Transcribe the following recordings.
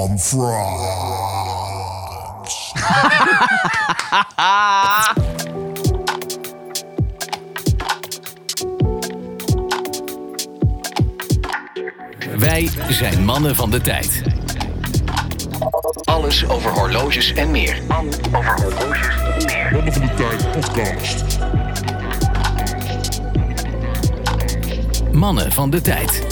from France. Wij zijn mannen van de tijd. Alles over horloges en meer. Mannen van de Tijd podcast. Mannen van de tijd.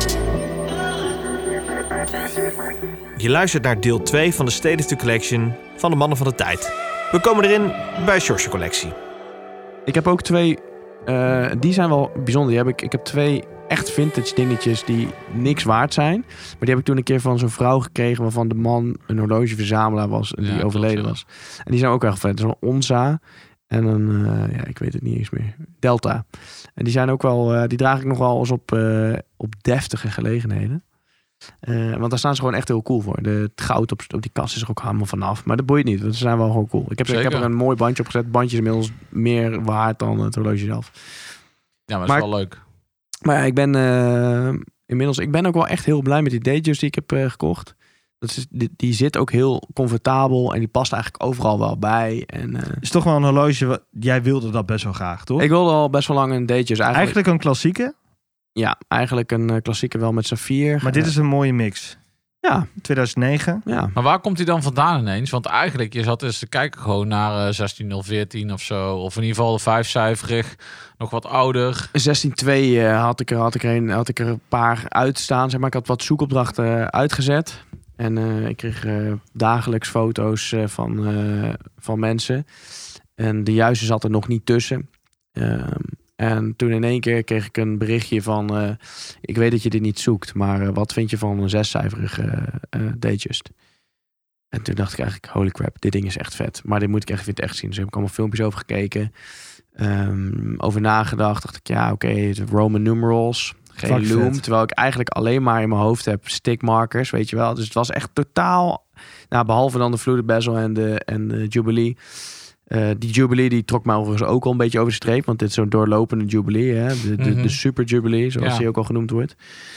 Je luistert naar deel 2 van de State of the Collection van de Mannen van de Tijd. We komen erin bij George's collectie. Ik heb ook twee, die zijn wel bijzonder. Ik heb twee echt vintage dingetjes die niks waard zijn. Maar die heb ik toen een keer van zo'n vrouw gekregen waarvan de man een horlogeverzamelaar was en die overleden was. En die zijn ook echt vet. Dat is een Onza en een, ik weet het niet eens meer, Delta. En die zijn ook wel, die draag ik nog wel eens op deftige gelegenheden. Want daar staan ze gewoon echt heel cool voor. Het goud op die kast is er ook helemaal vanaf. Maar dat boeit niet, want ze zijn wel gewoon cool. Ik heb er een mooi bandje op gezet. Het bandje is inmiddels meer waard dan het horloge zelf. Ja, maar dat is wel leuk. Maar ja, ik ben ook wel echt heel blij met die Datejust die ik heb gekocht. Die zit ook heel comfortabel en die past eigenlijk overal wel bij. Is toch wel een horloge, jij wilde dat best wel graag, toch? Ik wilde al best wel lang een Datejust. Eigenlijk een klassieke? Ja, eigenlijk een klassieke wel met saffier. Maar dit is een mooie mix. Ja. 2009. Ja. Maar waar komt hij dan vandaan ineens? Want eigenlijk, je zat eens te kijken gewoon naar 16014 of zo. Of in ieder geval de 5-cijferig, nog wat ouder. 16.2 had ik er een paar uitstaan. Zeg maar, ik had wat zoekopdrachten uitgezet. En ik kreeg dagelijks foto's van mensen. En de juiste zat er nog niet tussen. En toen in één keer kreeg ik een berichtje van... ik weet dat je dit niet zoekt, maar wat vind je van een 6-cijferige Datejust? En toen dacht ik eigenlijk, holy crap, dit ding is echt vet. Maar dit moet ik echt, vind echt zien. Dus heb ik allemaal filmpjes over gekeken. Over nagedacht. Dacht ik, ja, oké, Roman numerals. Geen loom. Terwijl ik eigenlijk alleen maar in mijn hoofd heb stickmarkers, weet je wel. Dus het was echt totaal... Nou, behalve dan de Fluted Bezel en de Jubilee... die Jubilee die trok mij overigens ook al een beetje over de streep. Want dit is zo'n doorlopende Jubilee. Hè? De Super Jubilee, zoals die ook al genoemd wordt.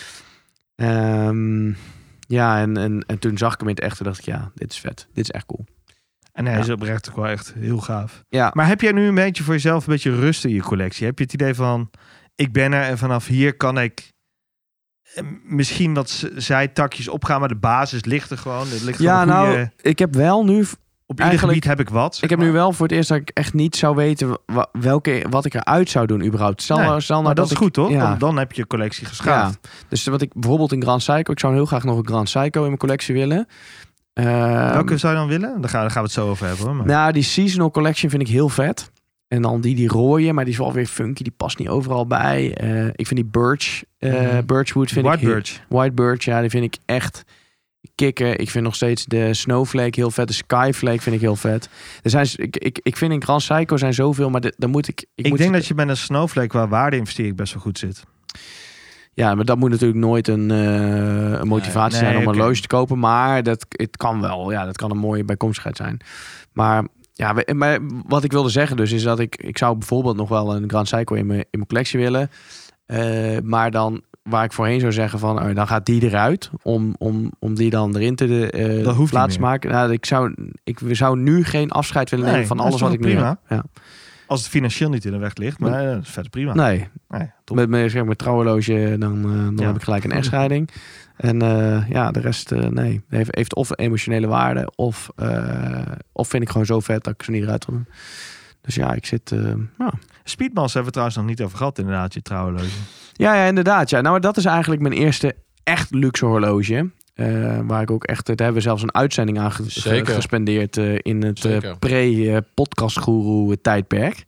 En toen zag ik hem in het echt. En dacht ik, ja, dit is vet. Dit is echt cool. En hij is oprecht ook wel echt heel gaaf. Ja. Maar heb jij nu een beetje voor jezelf een beetje rust in je collectie? Heb je het idee van, ik ben er en vanaf hier kan ik... misschien wat zijtakjes opgaan, maar de basis ligt er gewoon. Ik heb wel nu... Op ieder gebied heb ik wat. Ik heb nu wel voor het eerst dat ik echt niet zou weten wat ik eruit zou doen überhaupt. Stel maar dat is goed, toch? Ja. Dan heb je je collectie geschaafd. Ja. Dus wat ik bijvoorbeeld in Grand Seiko... Ik zou heel graag nog een Grand Seiko in mijn collectie willen. Welke zou je dan willen? Daar gaan we het zo over hebben. Hoor. Maar... Nou, die Seasonal Collection vind ik heel vet. En dan die rode, maar die is wel weer funky. Die past niet overal bij. Ik vind die Birch, Birchwood vind White Birch, ja, die vind ik echt... kicken. Ik vind nog steeds de Snowflake heel vet. De Skyflake vind ik heel vet. Ik vind in Grand Seiko zijn zoveel, maar dan moet ik... Ik denk dat je met een Snowflake qua waardeinvestering best wel goed zit. Ja, maar dat moet natuurlijk nooit een motivatie zijn om een horloge te kopen. Maar het kan wel. Ja, dat kan een mooie bijkomstigheid zijn. Maar wat ik wilde zeggen dus is dat ik zou bijvoorbeeld nog wel een Grand Seiko in mijn collectie willen. Maar dan... Waar ik voorheen zou zeggen van, dan gaat die eruit om die dan erin te plaats maken. Nou, ik zou nu geen afscheid willen nemen van alles wat ik nu heb. Ja. Als het financieel niet in de weg ligt, maar dat is verder prima. Nee met mijn trouwhorloge dan heb ik gelijk een echtscheiding. En de rest heeft of emotionele waarde of vind ik gewoon zo vet dat ik ze niet eruit wil doen. Dus ja, ik zit... Speedmaster hebben we trouwens nog niet over gehad, inderdaad, je trouwhorloge. Ja, inderdaad. Ja. Nou, dat is eigenlijk mijn eerste echt luxe horloge. Waar ik ook echt... Daar hebben we zelfs een uitzending aan gespendeerd in het pre-podcastgoeroe tijdperk.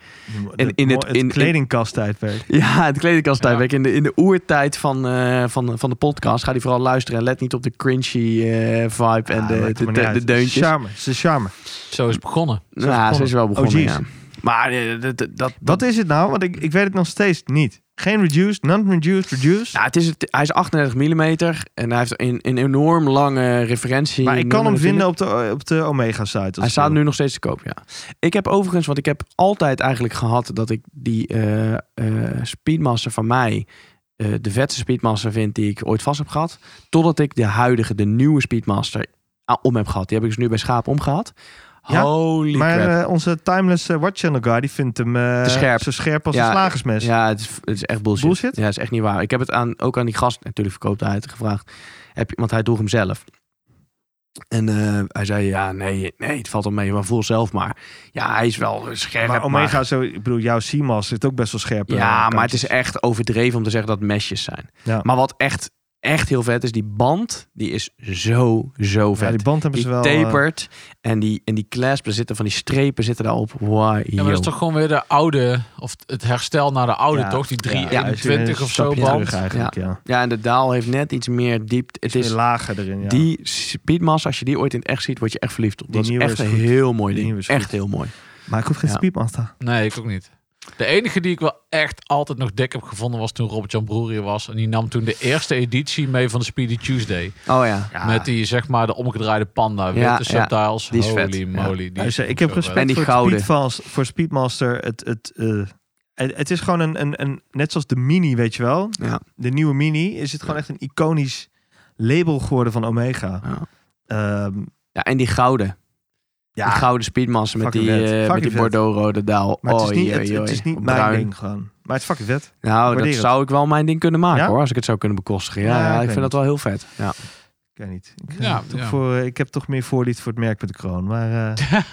Het kledingkast-tijdperk. Ja, het kledingkast-tijdperk. In de oertijd van de podcast. Ga die vooral luisteren en let niet op de cringy vibe en de deuntjes. Charme. Zo is het begonnen. Zo is wel begonnen, ja. Maar wat is het nou? Want ik weet het nog steeds niet. Geen reduced, non-reduced. Ja, hij is 38 mm en hij heeft een enorm lange referentie. Maar ik kan hem vinden op de Omega-site. Hij staat nu nog steeds te koop, ja. Ik heb overigens, want ik heb altijd eigenlijk gehad dat ik die Speedmaster van mij de vetste Speedmaster vind die ik ooit vast heb gehad. Totdat ik de nieuwe Speedmaster om heb gehad. Die heb ik dus nu bij Schaap omgehad. Ja, Holy crap. Maar onze timeless Watch Channel guy, die vindt hem scherp. zo scherp als een slagersmes. Ja, het is echt bullshit. Bullshit? Ja, het is echt niet waar. Ik heb het ook aan die gast, natuurlijk verkoopt hij het, gevraagd. Want hij droeg hem zelf. En hij zei, nee, het valt wel mee, maar voel zelf maar. Ja, hij is wel scherp. Maar Omega, ik bedoel, jouw Seamaster zit ook best wel scherp. Ja, maar het is echt overdreven om te zeggen dat het mesjes zijn. Ja. Maar wat echt heel vet is, die band, die is zo vet. Ja, die band hebben die ze wel... tapert en die clasp, er zitten van die strepen zitten daarop. Wow, Ja, maar dat is toch gewoon weer de oude, of het herstel naar de oude, Ja. toch? Die Ja, 321 of zo stapje band. terug eigenlijk, ja. Ja, en de daal heeft net iets meer diepte. Het Is is lager erin, ja. die Speedmaster, als je die ooit in het echt ziet, word je echt verliefd op. Die Dat is nieuwe echt is een goed. heel mooi Die ding. nieuwe is Echt goed. heel mooi. Maar ik hoef geen Ja. Speedmaster. Nee, ik ook niet. De enige die ik wel echt altijd nog dik heb gevonden was toen Robert-Jan Broer hier was. En die nam toen de eerste editie mee van de Speedy Tuesday. Oh ja. Met die, zeg maar, de omgedraaide panda. Witte Ja, subdials. die is Holy vet. moly. Die is Ik heb zo respect En die voor, gouden. voor Speedmaster. Het is gewoon een net zoals de Mini, weet je wel. Ja. De nieuwe Mini is het gewoon echt een iconisch label geworden van Omega. Ja. Ehm, Ja, en die gouden. Die gouden Speedmaster met Fucking vet. die Fucking vet. Bordeaux-rode daal. maar het is niet, Oei, het is niet bruin. mijn ding gewoon. Maar het is fucking vet. Nou, waardeer dat het. zou ik wel mijn ding kunnen maken, Ja? hoor. Als ik het zou kunnen bekostigen. Ja, Ja, ja, ik ik weet vind dat wel heel vet. Ja. Ik weet niet. Ik heb toch meer voorliefde voor het merk met de kroon. Maar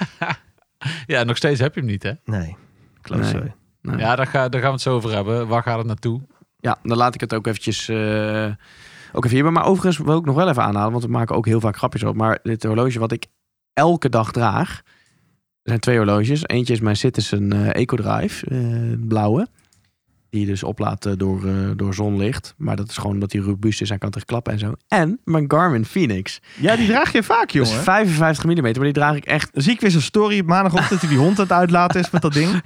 Ja, nog steeds heb je hem niet, hè? nee. Close. Nee. Nee. Ja, daar gaan we het zo over hebben. Waar gaat het naartoe? Ja, dan laat ik het ook eventjes ook even hierbij. Maar overigens wil ik nog wel even aanhalen, want we maken ook heel vaak grapjes op. Maar dit horloge wat ik elke dag draag, er zijn 2 horloges. Eentje is mijn Citizen EcoDrive, blauwe. Die je dus oplaadt door zonlicht. Maar dat is gewoon omdat hij robuust is en kan terugklappen en zo. En mijn Garmin Phoenix. Ja, die draag je vaak, Dat is jongen. 55 mm, maar die draag ik echt... Dan zie ik weer zo'n story op maandagochtend dat hij die hond aan het uitlaten is met dat ding.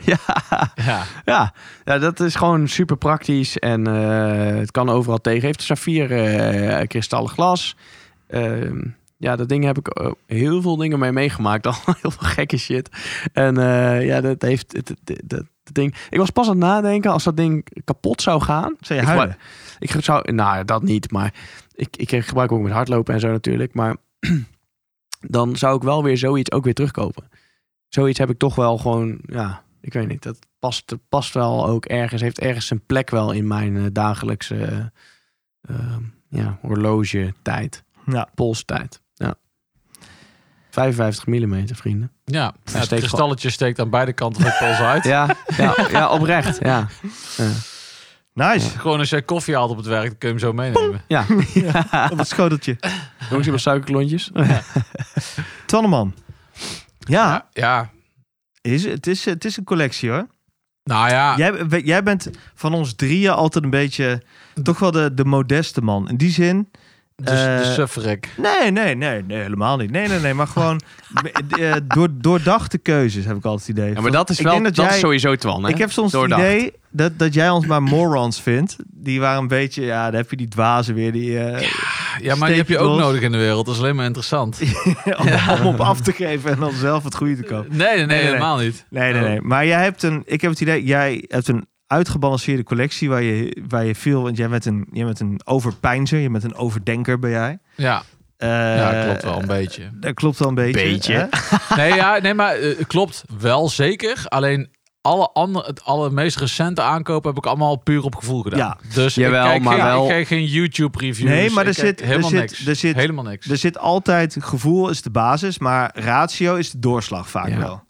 Ja. Ja, dat is gewoon super praktisch. En het kan overal tegen. Heeft saffier kristallen glas. Ja, dat ding heb ik heel veel dingen mee meegemaakt. Al heel veel gekke shit. En ja, dat heeft... Het ding. Ik was pas aan het nadenken als dat ding kapot zou gaan. Zou je huilen? Ik zou... Nou, dat niet. Maar ik gebruik ook met hardlopen en zo natuurlijk. Maar dan zou ik wel weer zoiets ook weer terugkopen. Zoiets heb ik toch wel gewoon... Ja, ik weet niet. Dat past wel ook ergens. Heeft ergens zijn plek wel in mijn dagelijkse horloge tijd. Ja. Polstijd. Ja. 55 mm, vrienden. Ja, het steekt kristalletje steekt aan beide kanten van de pols uit. Ja, oprecht. Ja. Nice. Gewoon als jij koffie haalt op het werk, dan kun je hem zo meenemen. Ja. Op het schoteltje. Jongens, je hebt suikerklontjes. Tanneman. Ja, Ja. het is een collectie hoor. Nou ja. Jij bent van ons drieën altijd een beetje toch wel de modeste man. In die zin... De sufferik. Nee, helemaal niet. Nee, maar gewoon doordachte keuzes heb ik altijd het idee. Ja, maar dat is Ik wel, denk dat jij- is sowieso Twan. Hè? Ik heb soms Doordacht. het idee dat jij ons maar morons vindt. Die waren een beetje, ja, dan heb je die dwazen weer. Die, Ja, maar die heb je ook steekjes. nodig in de wereld. Dat is alleen maar interessant. om op af te geven en dan zelf het goede te kopen. Nee, helemaal niet. Nee. Maar jij hebt ik heb het idee, jij hebt een uitgebalanceerde collectie waar je veel, want jij bent een overpeinzer, je bent een overdenker, ben jij. Ja, klopt wel een beetje. Dat klopt wel een beetje. Beetje. Hè? Nee, maar klopt wel zeker. Alleen alle meest recente aankopen heb ik allemaal puur op gevoel gedaan. Ja. Dus Jawel, ik maar wel- kijk geen YouTube reviews. Nee, maar Ik kijk helemaal niks. Helemaal niks. Er zit altijd, gevoel is de basis, maar ratio is de doorslag vaak Ja. wel.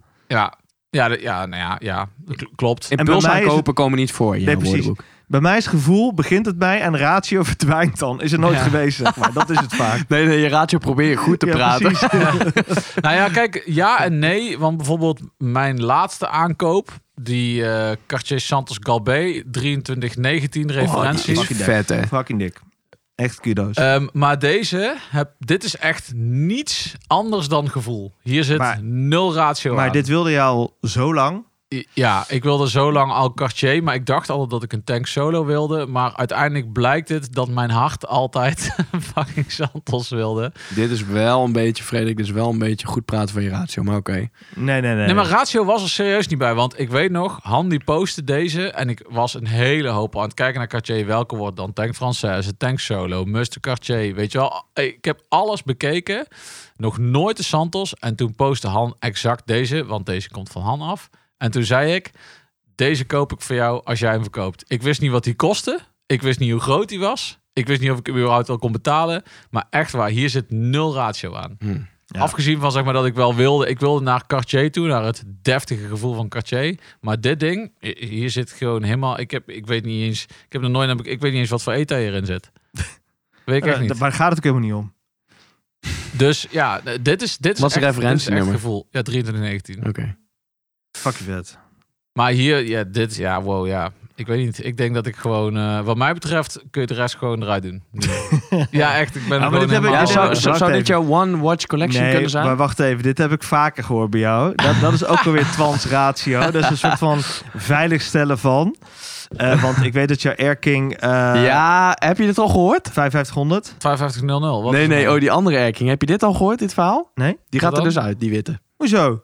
Ja, klopt. En bij Impuls mij is aankopen komen niet voor in jouw precies. woordenboek. Bij mij is gevoel, begint het bij en ratio verdwijnt dan. Is er nooit Ja. geweest, zeg maar. Dat is het vaak. Nee, je ratio probeer je goed te Ja, praten. precies. Nou ja, kijk, ja en nee. Want bijvoorbeeld mijn laatste aankoop, die Cartier Santos Galbé 2319 referentie. fucking dik. Vet, hè? Fucking dik. Echt kudo's. Maar dit is echt niets anders dan gevoel. Hier zit Maar- nul ratio maar aan. dit wilde je al zo lang. Ja, ik wilde zo lang al Cartier, maar ik dacht altijd dat ik een Tank Solo wilde. Maar uiteindelijk blijkt het dat mijn hart altijd fucking Santos wilde. Dit is wel een beetje, Frederik, dit is wel een beetje goed praten van je ratio, maar oké. Nee. Maar ratio was er serieus niet bij. Want ik weet nog, Han die postte deze. En ik was een hele hoop aan het kijken naar Cartier. Welke wordt dan Tank Française, Tank Solo, Mustang Cartier. Weet je wel, ik heb alles bekeken. Nog nooit de Santos. En toen postte Han exact deze. Want deze komt van Han af. En toen zei ik, deze koop ik voor jou als jij hem verkoopt. Ik wist niet wat die kostte. Ik wist niet hoe groot die was. Ik wist niet of ik hem überhaupt wel kon betalen. Maar echt waar, hier zit 0 ratio aan. Ja. Afgezien van zeg maar dat ik wel wilde. Ik wilde naar Cartier toe, naar het deftige gevoel van Cartier. Maar dit ding, hier zit gewoon helemaal. Ik weet niet eens. Ik weet niet eens wat voor ETA hierin zit. Weet ik echt niet. Maar daar gaat het ook helemaal niet om. Dus ja, dit is Wat is echt, de referentienummer? dit is echt gevoel. Ja, 2319. Oké. Fucking vet. Maar hier, ja, dit, ja, wow, ja. Ik weet niet. Ik denk dat ik gewoon, wat mij betreft, kun je de rest gewoon eruit doen. Ja, echt. Ik ben Ja, er maar gewoon dit heb ik- helemaal... dit Zou wacht dit even. jouw one-watch collection kunnen zijn? maar wacht even. Dit heb ik vaker gehoord bij jou. Dat is ook alweer Twans ratio. Dat is een soort van veiligstellen van. Want ik weet dat jouw Air King Ja, heb je dit al gehoord? 5500. 5500. Wat is Nee, het? oh, die andere Erking. Heb je dit al gehoord, dit verhaal? Nee? Die gaat Wat er dan? dus uit, die witte. Hoezo?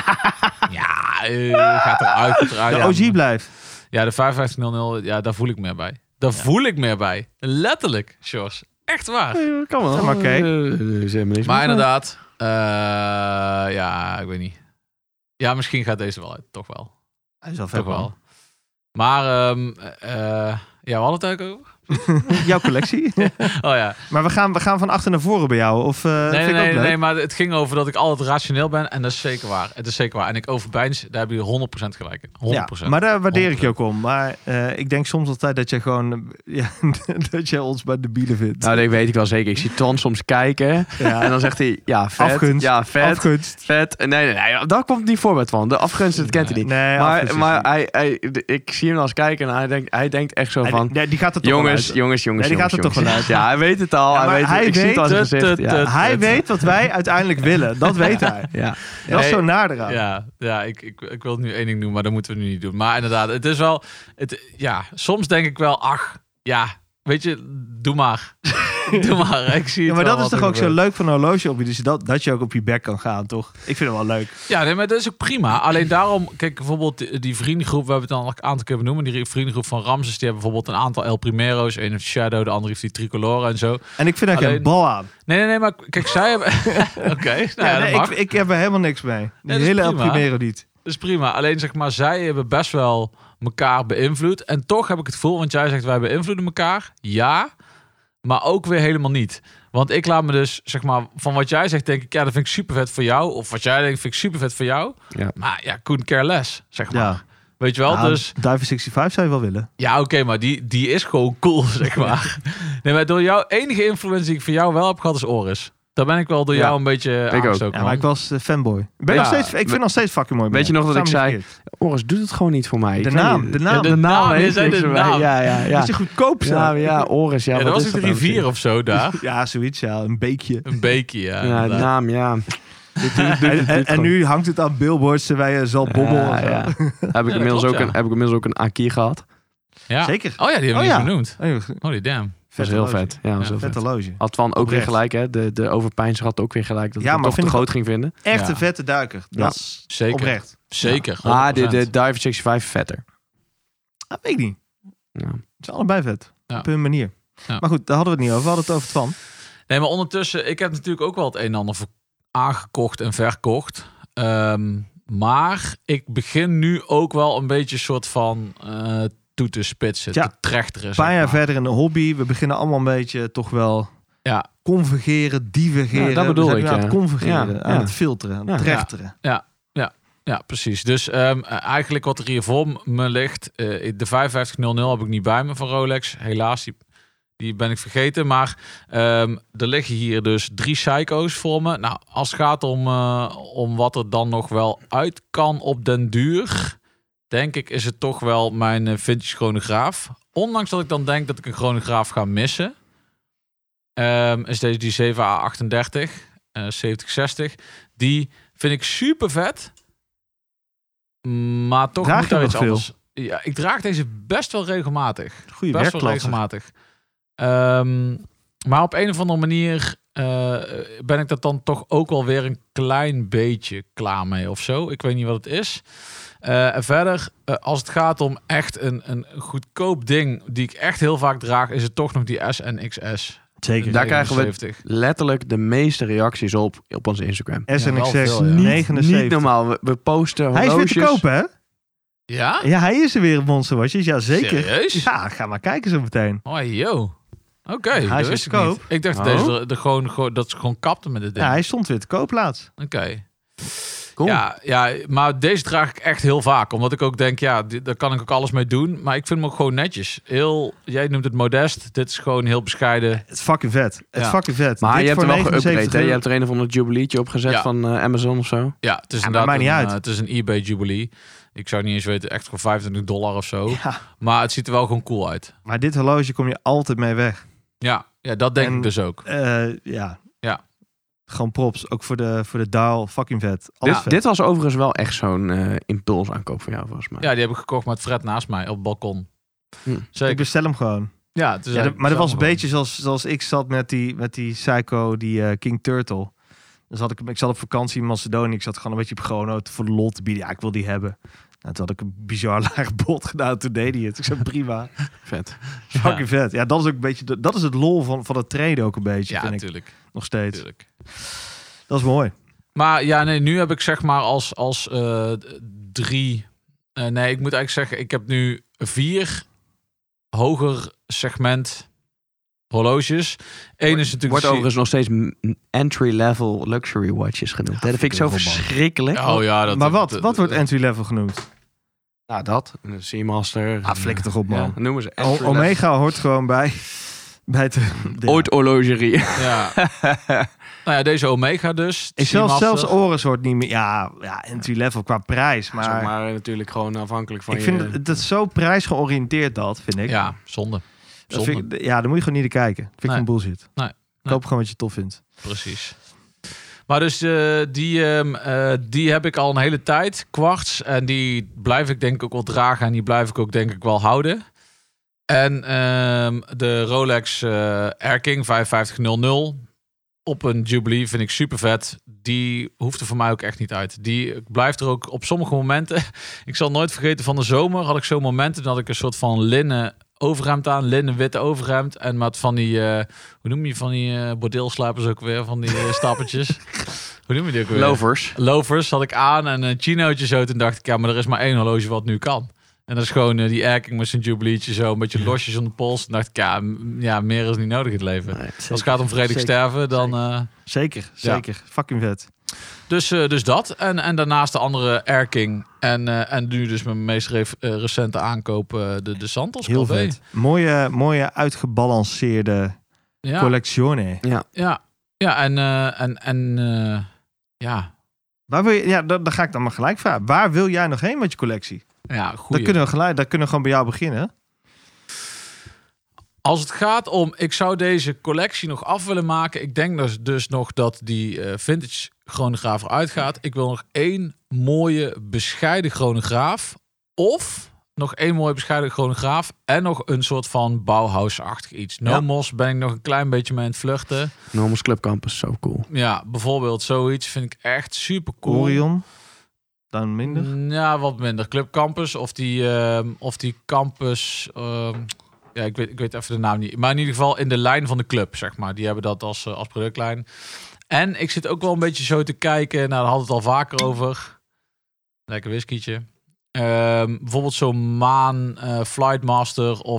Ja, gaat eruit. Gaat eruit. De Ja, OG maar- blijft. Ja, de 5500, ja, daar voel ik meer bij. Daar voel ik meer bij. Letterlijk, Sjors. Echt waar. Kan wel. Ja, maar oké. Is helemaal niks Maar mis mee. inderdaad, ja, ik weet niet. Ja, misschien gaat deze wel uit. Toch wel. Hij is wel vet Toch wel. wel. Maar, ja, we hadden het eigenlijk over. Jouw collectie. Oh ja. Maar we gaan van achter naar voren bij jou. Of, Nee, maar het ging over dat ik altijd rationeel ben. En dat is zeker waar. Het is zeker waar. En ik overpijns, daar heb je 100% gelijk in. 100%. Ja, maar daar waardeer ik 100%. je ook om. Maar ik denk soms altijd dat je gewoon... ja, dat jij ons bij de bielen vindt. Nou, dat weet ik wel zeker. Ik zie Ton soms kijken. Ja. En dan zegt hij, ja, vet. Afgunst. Ja, vet. Afgunst. Vet. Nee, daar komt niet voorbeeld van. De afgunst, dat kent hij niet. Nee, afgunst is Maar niet. ik zie hem als kijken en hij denkt echt zo van... Nee, die gaat er toch wel Jongens. Nee, die gaat er toch wel uit. Ja, hij weet het al. Ja, maar hij ik zie het weet- al aan zijn gezicht. Ja. Hij weet wat wij uiteindelijk willen. Dat weet hij. Ja. Dat is Nee, zo naar eraan. Ja, ik wil het nu één ding doen, maar dat moeten we nu niet doen. Maar inderdaad, het is wel... soms denk ik wel, ach, ja, weet je, doe maar. Doe maar, ik zie het Ja, maar wel dat is wat toch er ook zo gebeurt. leuk van een horloge op je. Dus dat je ook op je bek kan gaan, toch? Ik vind het wel leuk. Ja, nee, maar dat is ook prima. Alleen daarom, kijk, bijvoorbeeld die vriendengroep, we hebben het dan een aantal keer benoemen. Die vriendengroep van Ramses, die hebben bijvoorbeeld een aantal El Primero's. Een heeft Shadow, de andere heeft die Tricolore en zo. En ik vind daar geen Alleen- bal aan. Nee, maar kijk, zij hebben... Oké, nou ja, dat mag. ik heb er helemaal niks mee. Die dat is hele El prima. Primero niet. Dat is prima. Alleen zeg maar, zij hebben best wel elkaar beïnvloed. En toch heb ik het gevoel, want jij zegt wij beïnvloeden elkaar. Ja, maar ook weer helemaal niet. Want ik laat me dus, zeg maar, van wat jij zegt, denk ik, ja, dat vind ik super vet voor jou. Of wat jij denkt, vind ik super vet voor jou. Ja. Maar ja, couldn't care less, zeg maar. Ja. Weet je wel, Nou, dus... Diver 65 zou je wel willen. Ja, oké, maar die is gewoon cool, zeg maar. Nee, maar door jouw enige influence die ik voor jou wel heb gehad, is Oris. Daar ben ik wel door Ja, jou een beetje ook. aangestoken. Ja, maar ik was fanboy. Ik Ja. vind het nog steeds fucking mooi. Weet je nog dat ik Samen zei... Oris, doet het gewoon niet voor mij. De Ik weet naam, niet. de naam. Ja, de naam, je heeft zei niks de voor mij. naam. Ja. Dat is je goedkoop zo. Ja, Oris. Ja, Ja, dat wat was is ook de nou rivier precies? of zo daar. Ja, zoiets. Ja, een beekje. Een beekje, ja. Ja, de inderdaad. naam, ja. En nu hangt het aan billboards terwijl je zal bobbel. en zo. Ja. Heb ik dat inmiddels klopt, ook een Aki gehad. Ja. Zeker. Oh ja, die hebben we Oh niet ja. genoemd. Oh, Holy damn. Dat is heel vet. Ja, dat is heel Vet vet. horloge. Had Twan ook weer Oprecht. gelijk, hè? De overpijnser had ook weer gelijk. Dat Ja, ik het maar toch te vind ik groot ging vinden. Echt Ja. een vette duiker. Ja. Dat is Zeker. oprecht. Zeker. Ah, 100%. de Diver 65 vetter. Dat weet ik niet. Ja. Het is allebei vet. Ja. Op hun manier. Ja. Maar goed, daar hadden we het niet over. We hadden het over Twan. Nee, maar ondertussen, ik heb natuurlijk ook wel het een en ander aangekocht en verkocht. Maar ik begin nu ook wel een beetje een soort van toe te spitsen, Ja. te trechteren. Een zeg paar jaar maar. verder in de hobby. We beginnen allemaal een beetje toch wel Ja. convergeren, divergeren. Ja, dat bedoel we zijn ik, nu aan ja. het convergeren, Ja, aan ja. het filteren, aan het Ja. trechteren. Ja, precies. Dus eigenlijk wat er hier voor me ligt, de 5500 heb ik niet bij me van Rolex. Helaas, die ben ik vergeten. Maar er liggen hier dus 3 Psycho's voor me. Nou, als het gaat om wat er dan nog wel uit kan op den duur, denk ik, is het toch wel mijn vintage chronograaf. Ondanks dat ik dan denk dat ik een chronograaf ga missen, is deze die 7A38, 7060. Die vind ik super vet. Maar toch Draag moet je daar nog iets veel? anders. Ja, ik draag deze best wel regelmatig. Goeie Best wel werkklasser. regelmatig. Maar op een of andere manier ben ik dat dan toch ook wel weer een klein beetje klaar mee of zo. Ik weet niet wat het is. En verder, als het gaat om echt een goedkoop ding die ik echt heel vaak draag, is het toch nog die S en XS. Zeker. Daar krijgen we 79. letterlijk de meeste reacties op onze Instagram. SNXS wel veel, ja. 79. Niet normaal. We posten Hij is horloges. weer te kopen, hè? Ja? Ja, hij is er weer op Monster Watches. Ja, zeker. Serieus? Ja, ga maar kijken zo meteen. Oh, yo. Oké, Hij dat is wist weer ik te niet. Ik dacht Oh. dat ze gewoon kapten met dit ding. Ja, hij stond weer te koop laatst. Oké. Cool. Ja, maar deze draag ik echt heel vaak. Omdat ik ook denk, ja, daar kan ik ook alles mee doen. Maar ik vind hem ook gewoon netjes. Jij noemt het modest. Dit is gewoon heel bescheiden. Het is fucking vet. Het is Ja. fucking vet. Maar Dit je hebt voor hem wel geüpgrade, 79 hè? Je hebt er een of ander jubileetje opgezet Ja. van Amazon of zo. Ja, het is maar inderdaad maakt niet uit. het is een eBay Jubilee. Ik zou niet eens weten, echt voor $25 of zo. Ja, Maar het ziet er wel gewoon cool uit. maar dit horloge kom je altijd mee weg. Ja dat denk En- ik dus ook. Ja. Ja. Gewoon props. Ook voor de dial. Fucking vet. Alles vet. Dit was overigens wel echt zo'n impulsaankoop voor jou, volgens mij. Ja, die heb ik gekocht met Fred naast mij op het balkon. Hm. Zeker. Ik bestel hem gewoon. Ja, het is Ja, eigenlijk maar dat was een gewoon. beetje zoals ik zat met die Psycho, die King Turtle. Dan ik zat op vakantie in Macedonië. Ik zat gewoon een beetje op Chrono voor de lol te bieden. Ja, ik wil die hebben. Nou, toen had ik een bizar laag bod gedaan. Toen deed hij het. Ik zei prima. Vet. Fucking vet. Ja, dat is ook een beetje. Dat is het lol van het traden ook een beetje. Ja, vind ik natuurlijk. nog steeds. Natuurlijk. Dat is mooi. Maar ja, nee, nu heb ik zeg maar als 3... nee, ik moet eigenlijk zeggen, ik heb nu 4 hoger segment horloges. Eén is natuurlijk... Wordt overigens nog steeds entry-level luxury watches genoemd. hè? Dat vind ik zo heel veel, man. verschrikkelijk. Oh ja, dat... Maar wat dat- wordt entry level genoemd? Nou, dat. Een Seamaster. Ah, flikker toch op, man. Ja, noemen ze Omega hoort gewoon bij het... Ooit horlogerie. Ja. Nou ja, deze Omega dus. Ik Seamaster. zelfs Oris hoort niet meer... Ja, entry level qua prijs. Maar, Maar, natuurlijk gewoon afhankelijk van ik vind het zo prijsgeoriënteerd dat, vind ik. Ja, zonde. Dat Zonde. vind ik, ja, dan moet je gewoon niet naar kijken. Vind ik Nee. gewoon bullshit. Nee. Koop gewoon wat je tof vindt. Precies. Maar dus die heb ik al een hele tijd, kwarts. En die blijf ik denk ik ook wel dragen. En die blijf ik ook denk ik wel houden. En de Rolex Air King 5500 op een Jubilee vind ik super vet. Die hoeft er voor mij ook echt niet uit. Die blijft er ook op sommige momenten. Ik zal nooit vergeten, van de zomer had ik zo'n momenten dat ik een soort van linnen overhemd aan, linnen witte overhemd en met van die, hoe noem je van die bordeelslapers ook weer, van die stapeltjes. Hoe noem je die ook weer? Lovers. Lovers had ik aan en een chinootje zo. Toen dacht ik, ja, maar er is maar 1 horloge wat nu kan. En dat is gewoon die Air King met zijn Jubileetje zo, een beetje losjes om de pols. Toen dacht ik, ja, meer is niet nodig in het leven. Nee, Als het gaat om vredig sterven, dan... Zeker. Fucking vet. Dus dat. En daarnaast de andere Air King. En nu dus mijn meest recente aankoop, de Santos Heel Colbert. vet. Mooie uitgebalanceerde Ja, collectione. ja. Ja, ja. Waar wil je, ja, dan ga ik dan maar gelijk vragen. Waar wil jij nog heen met je collectie? Ja, Dan goeie. kunnen we gewoon bij jou beginnen. Als het gaat om, ik zou deze collectie nog af willen maken. Ik denk dus nog dat die vintage chronograaf eruit gaat. Ik wil nog 1 mooie bescheiden chronograaf. Of nog 1 mooie bescheiden chronograaf. En nog een soort van Bauhaus-achtig iets. Nomos ben ik nog een klein beetje mee aan het vluchten. Normals Club Campus, zo cool. Ja, bijvoorbeeld zoiets vind ik echt super cool. Orion. Dan minder. Ja, wat minder. Club Campus of die Campus... ja, ik weet even de naam niet. Maar in ieder geval in de lijn van de club, zeg maar. Die hebben dat als productlijn. En ik zit ook wel een beetje zo te kijken. Nou, daar hadden we het al vaker over. Lekker whiskietje. Bijvoorbeeld zo'n Maan Flightmaster of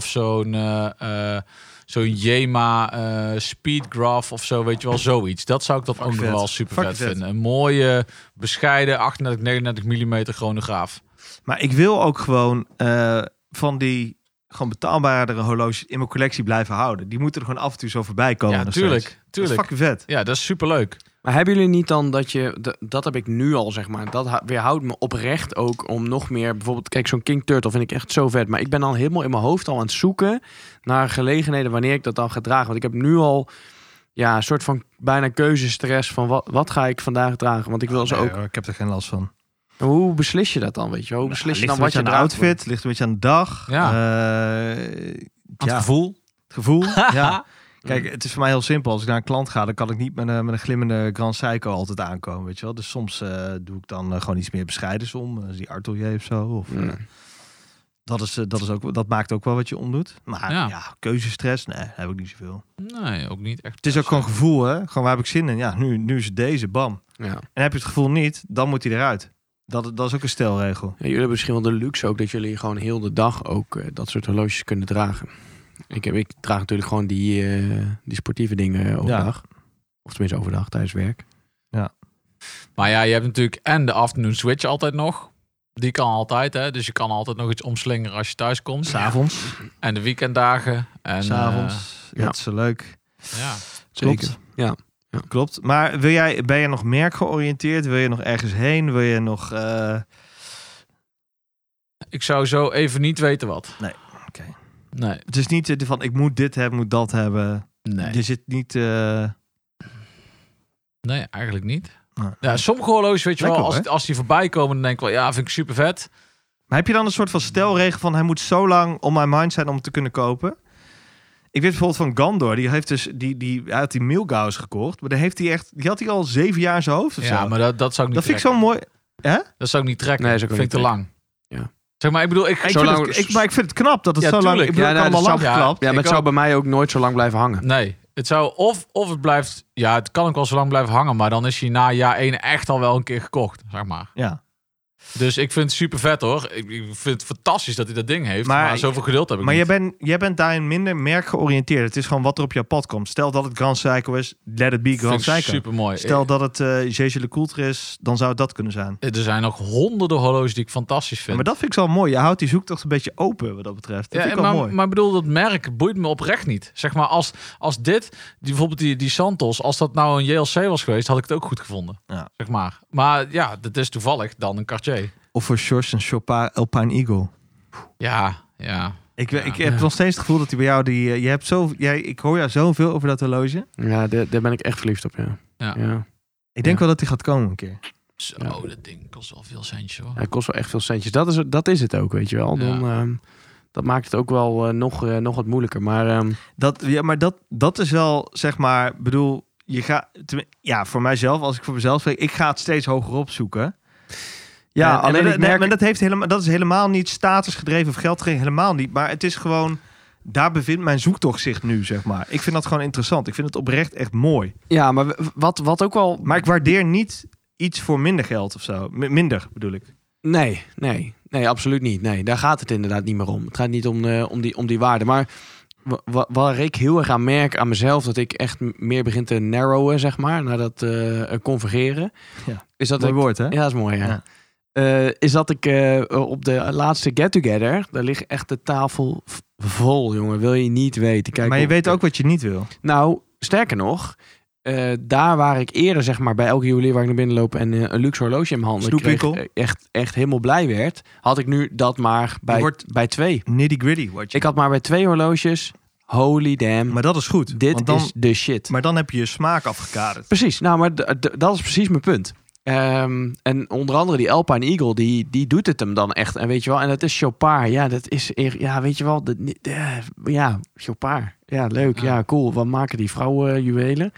zo'n Yema Speedgraph of zo, weet je wel, zoiets. Dat zou ik dat ook nog vet. wel super vet Fucking vet. vinden. Een mooie, bescheiden 38-39 mm chronograaf. Maar ik wil ook gewoon van die gewoon betaalbaardere horloges in mijn collectie blijven houden. Die moeten er gewoon af en toe zo voorbij komen. Ja, nog tuurlijk. steeds. Dat Tuurlijk. is fucking vet. Ja, dat is super leuk. Maar hebben jullie niet dan dat je... Dat heb ik nu al, zeg maar. Dat weerhoudt me oprecht ook om nog meer... Bijvoorbeeld, kijk, zo'n King Turtle vind ik echt zo vet. Maar ik ben dan helemaal in mijn hoofd al aan het zoeken naar gelegenheden wanneer ik dat dan ga dragen. Want ik heb nu al een soort van bijna keuzestress van wat ga ik vandaag dragen. Want ik wil ze ook... Ik heb er geen last van. Hoe beslis je dat dan, weet je? Hoe beslis je dan wat je aan de eruit outfit, ligt een beetje aan de dag. Ja. Het gevoel. Het gevoel, ja. Kijk, het is voor mij heel simpel. Als ik naar een klant ga, dan kan ik niet met een glimmende Grand Seiko altijd aankomen, weet je wel. Dus soms doe ik dan gewoon iets meer bescheidens om. Die Atelier of zo. Of, dat maakt ook wel wat je omdoet. Maar ja, keuzestress, nee, heb ik niet zoveel. Nee, ook niet echt. Het is ook gewoon gevoel, hè. Gewoon waar heb ik zin in? Ja, nu is het deze, bam. Ja. En heb je het gevoel niet, dan moet hij eruit. Dat is ook een stelregel. Ja, jullie hebben misschien wel de luxe ook dat jullie gewoon heel de dag ook dat soort horloges kunnen dragen. Ik draag natuurlijk gewoon die sportieve dingen overdag. Of tenminste overdag tijdens werk. Ja. Maar ja, je hebt natuurlijk en de afternoon switch altijd nog. Die kan altijd, hè. Dus je kan altijd nog iets omslingeren als je thuis komt. 's Avonds. En de weekenddagen. En 's avonds. Dat is zo leuk. Ja. Zeker. Ja. Klopt. Maar ben je nog merkgeoriënteerd? Wil je nog ergens heen? Wil je nog... Ik zou zo even niet weten wat. Nee. Oké. Nee. Het is niet van, ik moet dit hebben, moet dat hebben. Nee. Je zit niet... Nee, eigenlijk niet. Nee. Ja, sommige horloges, weet je Lekker, wel, als die voorbij komen, dan denk ik wel, ja, vind ik super vet. Maar heb je dan een soort van stelregel van, hij moet zo lang on my mind zijn om het te kunnen kopen? Ik weet bijvoorbeeld van Gandor, die heeft dus hij had die Milgauss gekocht, maar die had hij al 7 jaar in zijn hoofd of Ja, zo. maar dat zou ik niet Dat vind ik trekken. zo mooi. Hè? Dat zou ik niet trekken. Nee, dat zou ik vind ik te niet lang. Ja. Zeg maar, ik bedoel, Maar ik vind het knap dat het Ja, zo lang... tuurlijk. Ik bedoel, Ja, ik kan nee, allemaal dat lang zou- geklapt. Ja, maar Ik het zou ook. bij mij ook nooit zo lang blijven hangen. Nee, het zou of het blijft... Ja, het kan ook wel zo lang blijven hangen, maar dan is hij na jaar 1 echt al wel een keer gekocht, zeg maar. Ja. Dus ik vind het super vet, hoor. Ik vind het fantastisch dat hij dat ding heeft, Maar- maar zoveel geduld heb ik Maar niet. jij bent daarin minder merkgeoriënteerd. Het is gewoon wat er op jouw pad komt. Stel dat het Grand Seiko is, let it be Grand Seiko. Super mooi. Stel dat het J.J. Lecoultre is, dan zou het dat kunnen zijn. Er zijn nog honderden horloges die ik fantastisch Ja, vind. maar dat vind ik zo mooi. Je houdt die zoektocht een beetje open wat dat betreft. Dat vind ik wel mooi. maar ik bedoel, dat merk boeit me oprecht niet. Zeg maar, als bijvoorbeeld die Santos, als dat nou een JLC was geweest, had ik het ook goed gevonden. Ja. Zeg maar. Maar ja, dat is toevallig dan een Cartier. Of voor George een Chopin Alpine Eagle. Ja. Ik heb nog steeds het gevoel dat hij bij jou... ik hoor jou zoveel over dat horloge. Ja, daar ben ik echt verliefd op, ja. Ja. Ik denk wel dat hij gaat komen een keer. Zo, Ja. dat ding kost wel veel centjes, hoor. Hij kost wel echt veel centjes. Dat is het ook, weet je wel. Dan, dat maakt het ook wel nog wat moeilijker. Maar Dat is wel, zeg maar... bedoel, je gaat... voor mijzelf, als ik voor mezelf spreek... ik ga het steeds hoger opzoeken. ja, alleen ik merk... Maar dat is helemaal niet statusgedreven of geldgedreven, helemaal niet. Maar het is gewoon, daar bevindt mijn zoektocht zich nu, zeg maar. Ik vind dat gewoon interessant. Ik vind het oprecht echt mooi. Ja, maar wat ook wel... Maar ik waardeer niet iets voor minder geld of zo. Minder, bedoel ik. Nee, absoluut niet. Nee, daar gaat het inderdaad niet meer om. Het gaat niet om die waarde. Maar waar ik heel erg aan merk aan mezelf, dat ik echt meer begin te narrowen, zeg maar, naar dat convergeren. Ja. Is dat Mooi woord, hè? Ja, dat is mooi, ja. Ja. Is dat ik op de laatste get-together, daar ligt echt de tafel vol, jongen. Wil je niet weten. Kijk, Maar je weet ook wat je niet wil. Nou, sterker nog, daar waar ik eerder, zeg maar, bij elke juwelier waar ik naar binnen loop en een luxe horloge in mijn handen Snoepwinkel. kreeg, echt helemaal blij werd, had ik nu dat maar bij 2. Nitty-gritty word je. Ik had maar bij 2 horloges. Holy damn. Maar dat is goed. Dit want dan, is de shit. Maar dan heb je je smaak afgekaderd. Precies. Nou, maar dat is precies mijn punt. En onder andere die Alpine Eagle, die doet het hem dan echt. En weet je wel, en dat is Chopard. Ja, dat is, ja, weet je wel, ja, Chopard. Ja, leuk. Ja, cool. Wat maken die vrouwen juwelen?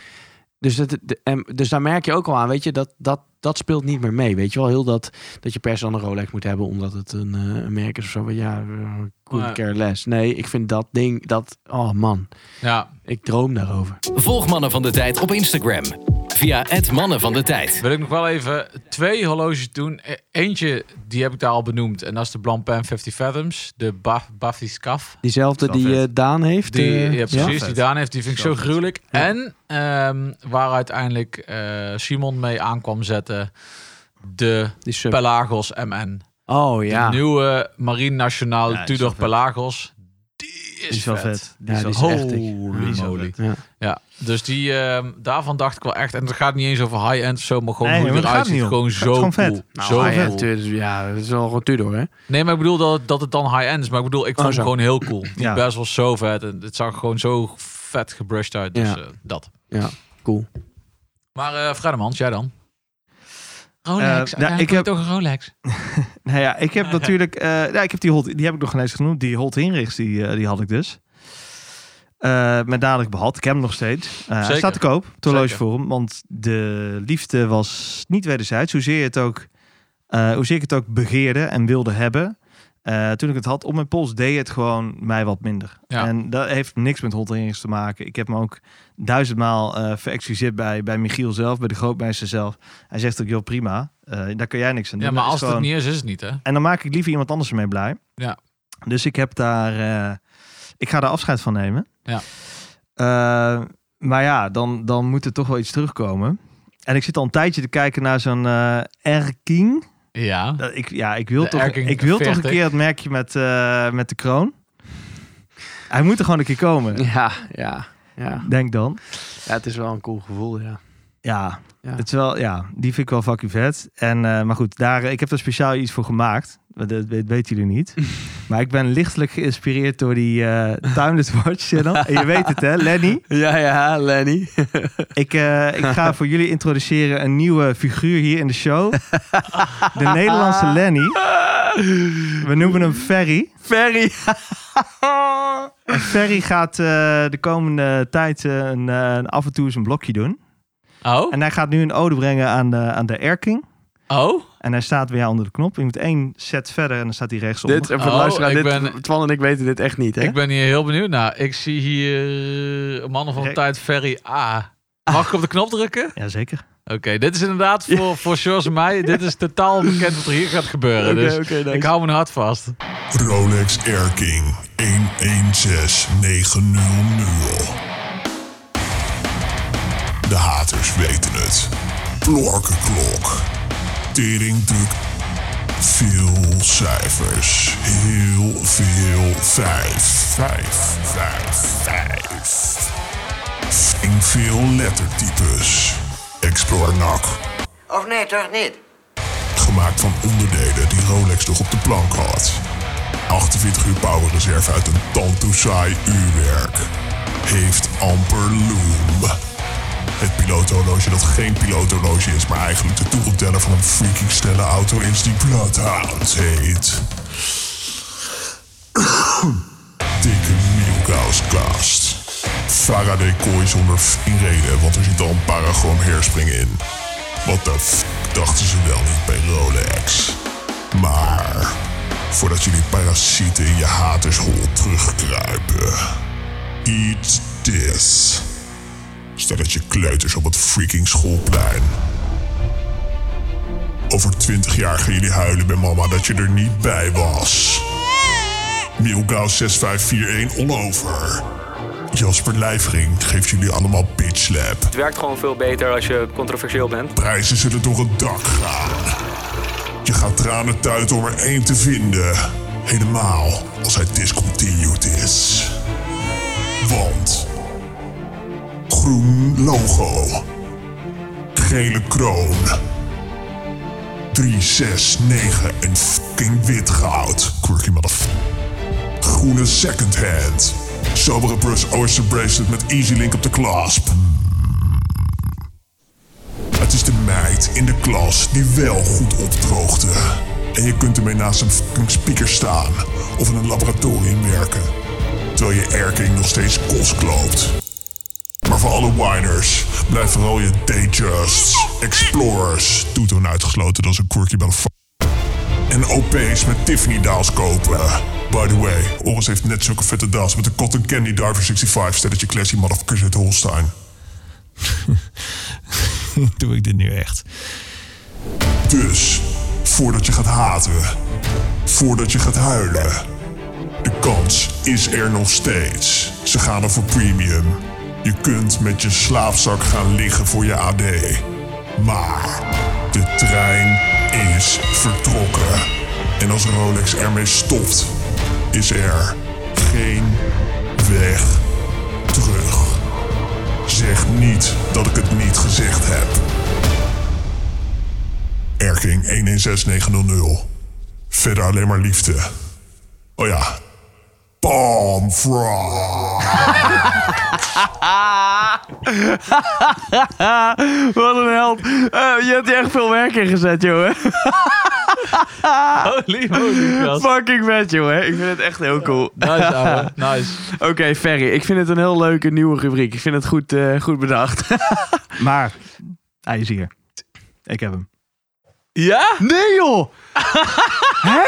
Dus daar merk je ook al aan, weet je, dat speelt niet meer mee. Weet je wel, heel dat je per se dan een Rolex moet hebben omdat het een merk is of zo. Ja, cool care less. Nee, ik vind dat ding, oh man. Ja. Ik droom daarover. Volg Mannen van de Tijd op Instagram. Via @Mannen van de Tijd. Wil ik nog wel even 2 horloges doen. Eentje, die heb ik daar al benoemd. En dat is de Blancpain 50 Fathoms. De Bathyscaphe. Diezelfde Zo vet. die Daan heeft. Ja, precies. vet. Die Daan heeft. Die vind ik zo vet. gruwelijk. Ja. En waar uiteindelijk Simon mee aan kwam zetten. De Die sub. Pelagos MN. Oh ja. De nieuwe Marine Nationale Ja, die is Tudor wel vet. Pelagos. Die is wel vet. Ja, die is wel echt vet. dik. Holy is wel moly. vet. Ja. Ja, dus daarvan dacht ik wel echt. En het gaat niet eens over high-end of zo, maar gewoon Nee, hoe maar het daar eruit gaat ziet. het niet om. Gewoon Het is zo gewoon cool. vet. Zo Nou, cool. ja, dat is wel gewoon Tudor, hè? Nee, maar ik bedoel dat het dan high-end is. Maar ik bedoel, ik vond zo. hem gewoon heel cool. Die Ja. best was zo vet. En het zag gewoon zo vet gebrushed uit. Dus Ja. dat. Ja, cool. Maar Fredemans, jij dan? Rolex. ik heb toch een Rolex. Nou ja, ik heb natuurlijk... ik heb die heb ik nog ineens genoemd. Die Holt Hinrichs, die had ik dus. Met dadelijk behad. Ik heb hem nog steeds. Hij staat te koop. Het horlogeforum. Want de liefde was niet wederzijds. Hoezeer ik het ook begeerde en wilde hebben. Toen ik het had op mijn pols, deed het gewoon mij wat minder. Ja. En dat heeft niks met Holt Hinrichs te maken. Ik heb me ook 1000 maal verexcuseerd bij Michiel zelf, bij de grootmeester zelf. Hij zegt ook, joh, prima. Daar kan jij niks aan doen. Ja, maar Dat als is het niet is het niet, hè? En dan maak ik liever iemand anders ermee blij. Ja. Dus ik heb daar... ik ga daar afscheid van nemen. Ja. Maar ja, dan moet er toch wel iets terugkomen. En ik zit al een tijdje te kijken naar zo'n Erking. Ja. Ik wil toch een keer het merkje met de kroon. Hij moet er gewoon een keer komen. Ja. Denk dan. Ja, het is wel een cool gevoel, ja. Ja. Het is wel, die vind ik wel fucking vet. En, maar goed, ik heb er speciaal iets voor gemaakt. Dat weten jullie niet. Maar ik ben lichtelijk geïnspireerd door die Timeless Watch channel. En je weet het, hè, Lenny? Ja, Lenny. Ik ga voor jullie introduceren een nieuwe figuur hier in de show. De Nederlandse Lenny. We noemen hem Ferry. En Ferry gaat de komende tijd af en toe eens een blokje doen. Oh? En hij gaat nu een ode brengen aan de Erking. Oh? En hij staat weer onder de knop. Je moet 1 set verder en dan staat hij rechtsonder. Dit, voor de luisteraar, Twan en ik weten dit echt niet, hè? Ik ben hier heel benieuwd naar. Ik zie hier een man van de tijd, Ferry A. Mag ik op de knop drukken? Jazeker. Oké, dit is inderdaad voor Sjors en mij. Dit is totaal bekend wat er hier gaat gebeuren. Nice. Ik hou mijn hart vast. Rolex Erking 116900. De haters weten het. Plorkenklok. Teringdruk. Veel cijfers. Heel veel 5. En veel lettertypes. Explore NAC. Of nee, toch niet? Gemaakt van onderdelen die Rolex nog op de plank had. 48 uur powerreserve uit een tandtoesaai uurwerk. Heeft amper loom. Het piloothorloge dat geen piloothorloge is, maar eigenlijk de toegelteller van een freaking snelle auto is die Bloodhound heet. Dikke Milgauss kast. Faraday kooi zonder reden, want er zit al een parachroom hairspring in. Wat de f*** dachten ze wel niet bij Rolex. Maar voordat jullie parasieten in je hatershol terugkruipen. Eat this. Stelletje kleuters op het freaking schoolplein. Over 20 jaar gaan jullie huilen bij mama dat je er niet bij was. Milgauss 6541 all over. Jasper Lijfring geeft jullie allemaal bitch slap. Het werkt gewoon veel beter als je controversieel bent. Prijzen zullen door het dak gaan. Je gaat tranen tuiten om er 1 te vinden. Helemaal als hij discontinued is. Want groen logo. Gele kroon. 3, 6, 9 en fucking wit goud. Quirky motherfucker. Groene second hand. Sobere Brush Oyster Bracelet met Easy Link op de clasp. Het is de meid in de klas die wel goed opdroogde. En je kunt ermee naast een fucking speaker staan. Of in een laboratorium werken. Terwijl je Erking nog steeds kost kloopt. Maar voor alle whiners, blijf vooral je Dayjusts, Explorers, toetoon uitgesloten als een quirky motherfucker. En OP's met Tiffany daals kopen. By the way, Oris heeft net zulke vette daals met de Cotton Candy Diver 65 stelletje classy motherfuckers uit Holstein. Doe ik dit nu echt? Dus, voordat je gaat haten, voordat je gaat huilen, de kans is er nog steeds. Ze gaan er voor premium. Je kunt met je slaapzak gaan liggen voor je AD. Maar de trein is vertrokken. En als Rolex ermee stopt, is er geen weg terug. Zeg niet dat ik het niet gezegd heb. Erking 116900. Verder alleen maar liefde. Oh ja. Palm Frog. Wat een held. Je hebt hier echt veel werk in gezet, jongen. Holy gast. Fucking vet, jongen. Ik vind het echt heel cool. Nice, ouwe. Nice. Oké, Ferry. Ik vind het een heel leuke nieuwe rubriek. Ik vind het goed bedacht. Maar hij is hier. Ik heb hem. Ja? Nee, joh. Hè?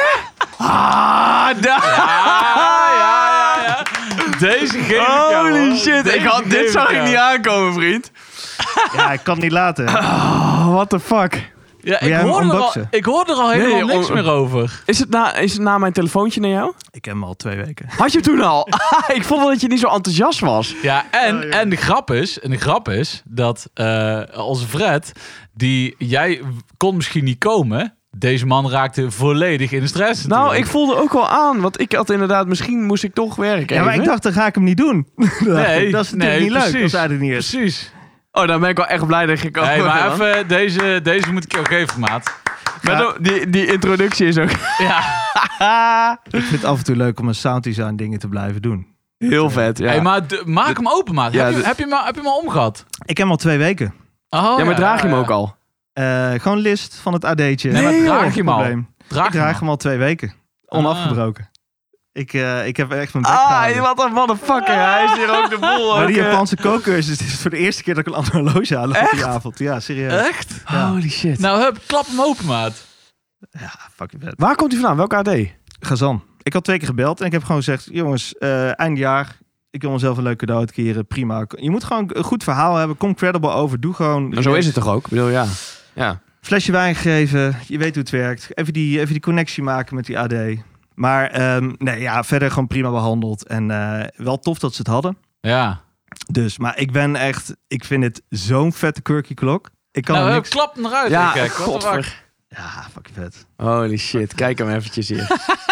Ja. Deze geef ik jou, Holy hoor. shit. Deze Dit geef zag ik jou. niet aankomen, vriend. Ja, ik kan het niet laten. What the fuck? Ja, Wil jij hem unboxen? ik hoorde er al helemaal Nee, niks meer over. Is het na mijn telefoontje naar jou? Ik heb hem al 2 weken. Had je hem toen al? Ik vond wel dat je niet zo enthousiast was. Ja, en de grap is dat onze Fred, jij kon misschien niet komen. Deze man raakte volledig in de stress. Nou, natuurlijk. ik voelde ook wel aan. Want ik had inderdaad, misschien moest ik toch werken. Ja, maar even. ik dacht, dan ga ik hem niet doen. Nee, dat is natuurlijk niet leuk. Dat is eigenlijk niet eens. Precies. Oh, dan ben ik wel echt blij dat je Hey, maar man. even, deze moet ik je ook geven, maat. Maar die introductie is ook Ja. Ik vind het af en toe leuk om een sounddesign dingen te blijven doen. heel vet. Ja, Hey, maar maak hem open, maat. Ja, heb je hem al omgehad? Ik heb hem al 2 weken. Oh, ja, maar draag je hem ook al? Gewoon list van het AD'tje. Nee, maar Nee, draag joh, je hem al? probleem. Ik draag hem al 2 weken. Onafgebroken. Ik heb echt mijn bek gehouden. Wat een motherfucker. Hij is hier ook de boel. Maar ook, die Japanse kookcursus is voor de eerste keer dat ik een ander horloge haal op die avond. Ja, serieus. Echt? Holy shit. Nou, klap hem open, maat. Ja, fucking vet. Waar komt hij vandaan? Welke AD? Gazan. Ik had 2 keer gebeld en ik heb gewoon gezegd... Jongens, eindjaar. Ik wil mezelf een leuk cadeau uitkeren. Prima. Je moet gewoon een goed verhaal hebben. Kom credible over. Doe gewoon... Maar zo is het toch ook? Ik bedoel, ja. Flesje wijn gegeven. Je weet hoe het werkt. Even die connectie maken met die AD. Maar verder gewoon prima behandeld. En wel tof dat ze het hadden. Ja. Dus, maar ik vind het zo'n vette quirky klok. Ik kan er Nou, niks... klap hem eruit. Ja, Kijk, wat een wak. Ja, fucking vet. Holy shit. Kijk hem eventjes hier.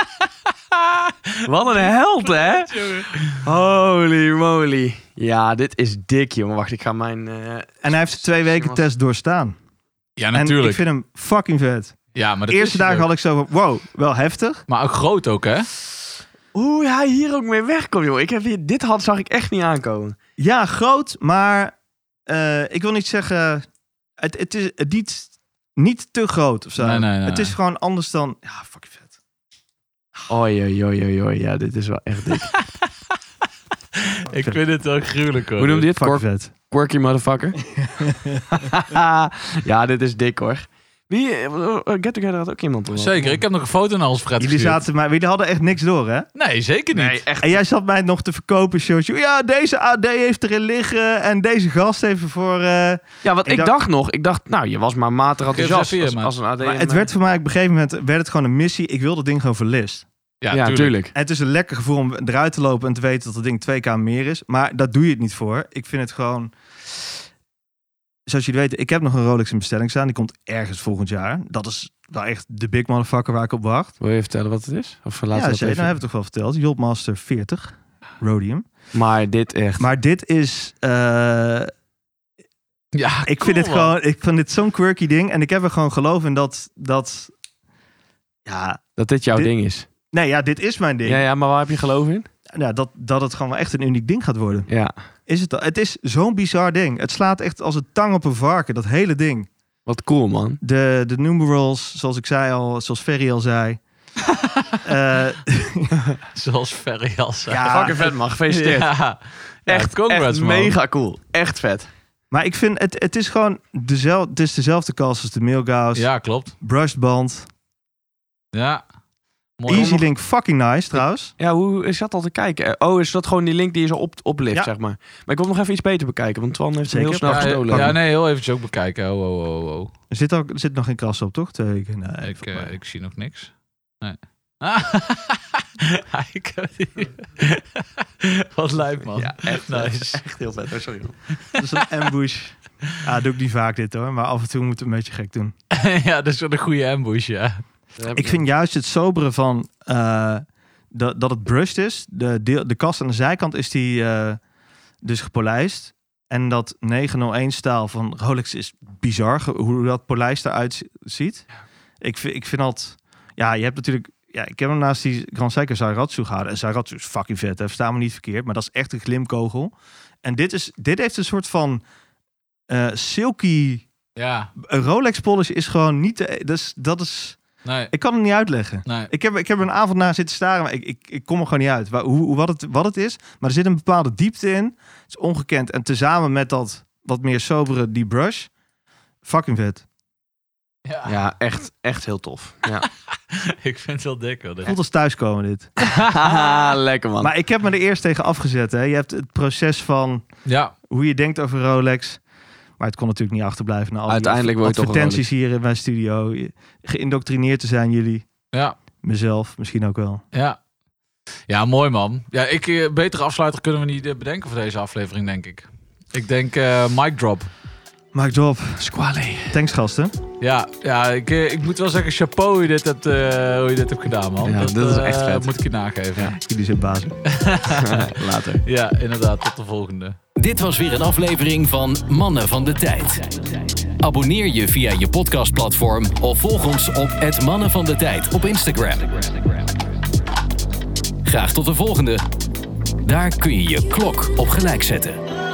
Wat een held, hè? Holy moly. Ja, dit is dik, jongen. Wacht, ik ga mijn... En hij heeft de 2 weken test doorstaan. Ja, En natuurlijk. ik vind hem fucking vet. Ja, maar De dat eerste is dagen leuk. had ik zo van, wow, wel heftig. Maar ook groot ook, hè? Hoe hij hier ook mee wegkomt, joh. Dit zag ik echt niet aankomen. Ja, groot, maar ik wil niet zeggen... Het is niet te groot of zo. Nee. Het is gewoon anders dan... Ja, fucking vet. Oi. Ja, dit is wel echt dik. Ik vind het ook gruwelijk, hoor. Hoe noem je dit? Fucking vet. Quirky motherfucker. Ja, dit is dik, hoor. Get Together had ook iemand. Zeker, ik heb nog een foto naar ons Fred Jullie gestuurd. hadden echt niks door, hè? Nee, zeker niet. Nee, echt. En jij zat mij nog te verkopen, showtje. Ja, deze AD heeft erin liggen. En deze gast even voor... Ja, want Ik ik dacht, nou, je was maar matig enthousiast Geef eens even, als een AD. Maar het werd voor mij op een gegeven moment werd het gewoon een missie. Ik wil dat ding gewoon verlist. Ja, tuurlijk. En het is een lekker gevoel om eruit te lopen en te weten dat het ding 2K meer is. Maar daar doe je het niet voor. Ik vind het gewoon... Zoals jullie weten, ik heb nog een Rolex in bestelling staan. Die komt ergens volgend jaar. Dat is wel echt de big motherfucker waar ik op wacht. Wil je vertellen wat het is? Of laten Ja, we dat zeker. even... Nou, hebben we toch wel verteld. Yachtmaster 40. Rhodium. Maar dit echt... Maar dit is... Ja, ik vind het gewoon... Ik vind dit zo'n quirky ding. En ik heb er gewoon geloof in dat ja... Dat dit jouw dit- ding is. Nee, ja, dit is mijn ding. Ja, maar waar heb je geloof in? Ja, dat het gewoon wel echt een uniek ding gaat worden. Ja. Is het al? Het is zo'n bizar ding. Het slaat echt als een tang op een varken, dat hele ding. Wat cool, man. De numerals, zoals ik zei al, zoals Ferry al zei. Zoals Ferry al zei. Ja, Fucking vet, man. Gefeliciteerd. Ja. Echt, congrats, echt man. mega cool. Echt vet. maar ik vind, het is gewoon dezelfde kast als de Milgauss. Ja, klopt. Brushed band. Ja. Mooi. Easy Link, fucking nice trouwens. Ja, hoe is dat al te kijken? Oh, is dat gewoon die link die je zo oplift, Ja. zeg maar. Maar ik wil nog even iets beter bekijken, want Twan heeft hem Zeker. heel snel Ja, gestolen. ja, nee, heel eventjes ook bekijken. Oh. Er zit nog geen kras op, toch? 2 weken. Nee, volgens mij. Ik zie nog niks. Nee. Ik Wat lijp, man. Ja, echt nice. Echt heel vet. Oh, sorry. Dat is een ambush. Ja, doe ik niet vaak dit hoor. Maar af en toe moet het een beetje gek doen. Ja, dat is wel een goede ambush, ja. Ik vind juist het sobere van dat het brushed is. De kast aan de zijkant is die dus gepolijst. En dat 901 staal van Rolex is bizar. Hoe dat polijst eruit ziet. Ik vind dat... Ja, je hebt natuurlijk... Ja, ik heb hem naast die Grand Seiko Zairatsu gehouden. En Zairatsu is fucking vet. Hè? Versta me niet verkeerd. Maar dat is echt een glimkogel. En dit heeft een soort van silky... Ja. Een Rolex polish is gewoon niet... Dat is... Nee. Ik kan het niet uitleggen. Nee. Ik heb er een avond na zitten staren, maar ik kom er gewoon niet uit. Wat het is. Maar er zit een bepaalde diepte in. Het is ongekend. En tezamen met dat wat meer sobere, die brush. Fucking vet. Ja, echt heel tof. Ja. Ik vind het heel dik hoor. Voelt als thuiskomen dit. Lekker man. Maar ik heb me er eerst tegen afgezet. Hè. Je hebt het proces van hoe je denkt over Rolex. Maar het kon natuurlijk niet achterblijven. Na al uiteindelijk word je toch advertenties hier in mijn studio. Geïndoctrineerd te zijn jullie. Ja. Mezelf misschien ook wel. Ja. Ja, mooi man. Ja, betere afsluiter kunnen we niet bedenken voor deze aflevering, denk ik. Ik denk mic drop. Mic drop. Squale. Thanks gasten. Ja, ik moet wel zeggen, chapeau hoe je dit hebt gedaan, man. Ja, dat is echt vet. Moet ik je nageven. Ja, jullie zijn bazen. Later. Ja, inderdaad. Tot de volgende. Dit was weer een aflevering van Mannen van de Tijd. Abonneer je via je podcastplatform of volg ons op @mannenvandetijd op Instagram. Graag tot de volgende. Daar kun je je klok op gelijk zetten.